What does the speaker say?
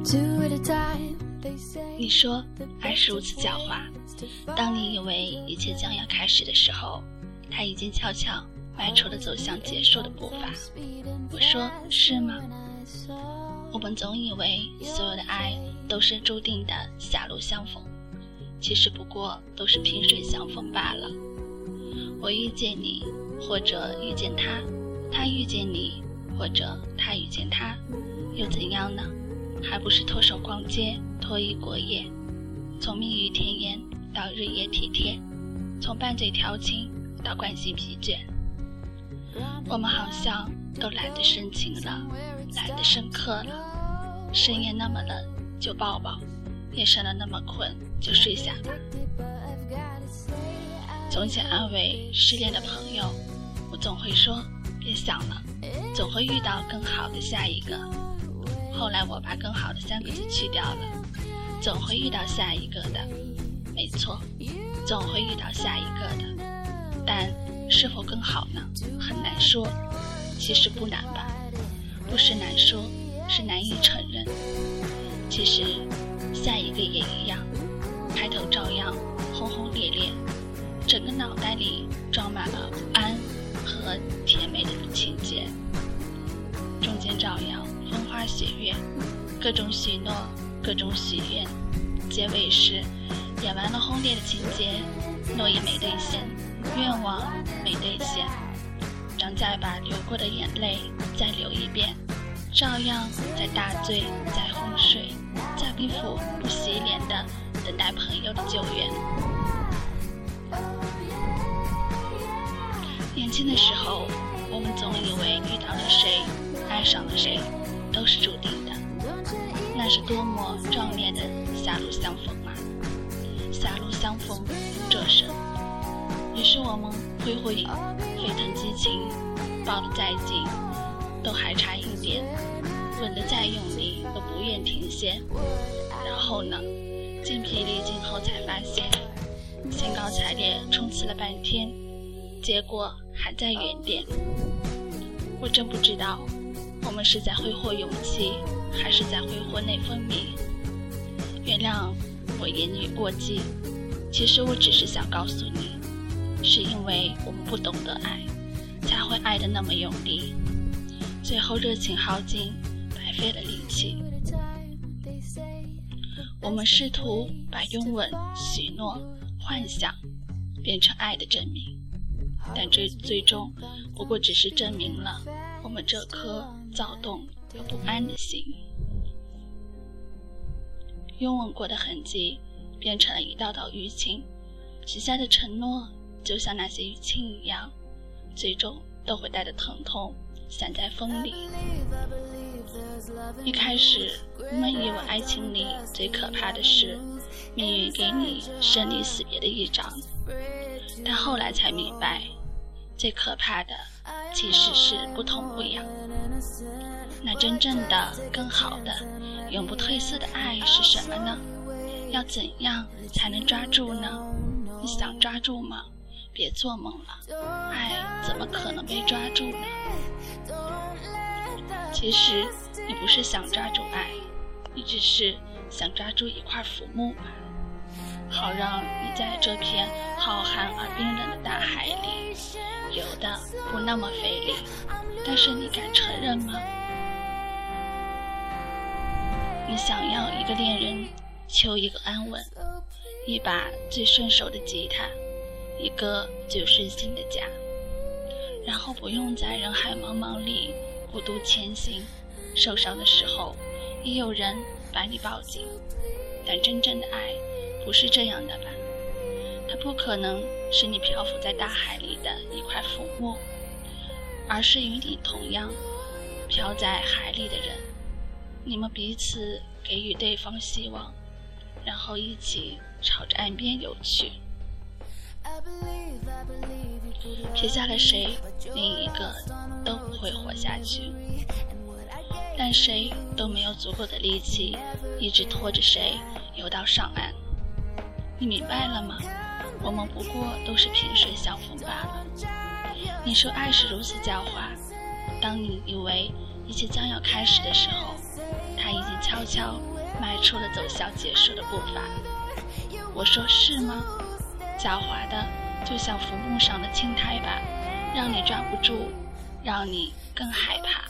你说爱是如此狡猾，当你以为一切将要开始的时候，它已经悄悄迈出了走向结束的步伐。我说是吗？我们总以为所有的爱都是注定的狭路相逢，其实不过都是萍水相逢罢了。我遇见你，或者遇见他，他遇见你，或者他遇见他，又怎样呢？还不是脱手逛街，脱衣过夜，从蜜语甜言到日夜体贴，从拌嘴调情到关心疲倦。我们好像都懒得深情了，懒得深刻了，深夜那么冷就抱抱，夜深了那么困就睡下吧。从前安慰失恋的朋友，我总会说别想了，总会遇到更好的下一个。后来我把更好的3个字去掉了，总会遇到下一个的。没错，总会遇到下一个的，但是否更好呢？很难说。其实不难吧，不是难说，是难以承认。其实下一个也一样，开头照样轰轰烈烈，整个脑袋里装满了不安和甜美的情节，中间照样风花雪月，各种许诺，各种许愿，结尾时演完了轰烈的情节，诺言没兑现，愿望没兑现，张再把流过的眼泪再流一遍，照样在大醉，在昏睡，在不服不洗脸的等待朋友的救援。年轻的时候，我们总以为遇到了谁，爱上了谁，都是注定的。那是多么壮烈的狭路相逢啊！狭路相逢这生，于是我们挥挥沸腾激情，抱得再紧都还差一点，吻得再用力都不愿停歇。然后呢，精疲力尽后才发现，兴高采烈冲刺了半天，结果还在原点。我真不知道我们是在挥霍勇气，还是在挥霍内分泌。原谅我言语过激，其实我只是想告诉你，是因为我们不懂得爱，才会爱得那么用力，最后热情耗尽，白费了力气。我们试图把拥吻、许诺、幻想变成爱的证明，但最终不过只是证明了我们这颗躁动又不安的心。拥吻过的痕迹变成了一道道淤青，许下的承诺就像那些淤青一样，最终都会带着疼痛散在风里。一开始我们以为爱情里最可怕的是命运给你生离死别的一张，但后来才明白，最可怕的其实是不痛不痒。那真正的更好的永不褪色的爱是什么呢？要怎样才能抓住呢？你想抓住吗？别做梦了，爱怎么可能被抓住呢？其实你不是想抓住爱，你只是想抓住一块浮木吧，好让你在这片浩瀚而冰冷的大海里游得不那么费力。但是你敢承认吗？你想要一个恋人，求一个安稳，一把最顺手的吉他，一个最顺心的家，然后不用在人海茫茫里孤独前行，受伤的时候也有人把你抱紧。但真正的爱不是这样的吧？它不可能是你漂浮在大海里的一块浮木，而是与你同样漂在海里的人，你们彼此给予对方希望，然后一起朝着岸边游去。撇下了谁，另一个都不会活下去，但谁都没有足够的力气一直拖着谁游到上岸。你明白了吗？我们不过都是萍水相逢罢了。你说爱是如此狡猾，当你以为一切将要开始的时候，它已经悄悄迈出了走向结束的步伐。我说是吗？狡猾的就像浮木上的青苔吧，让你抓不住，让你更害怕。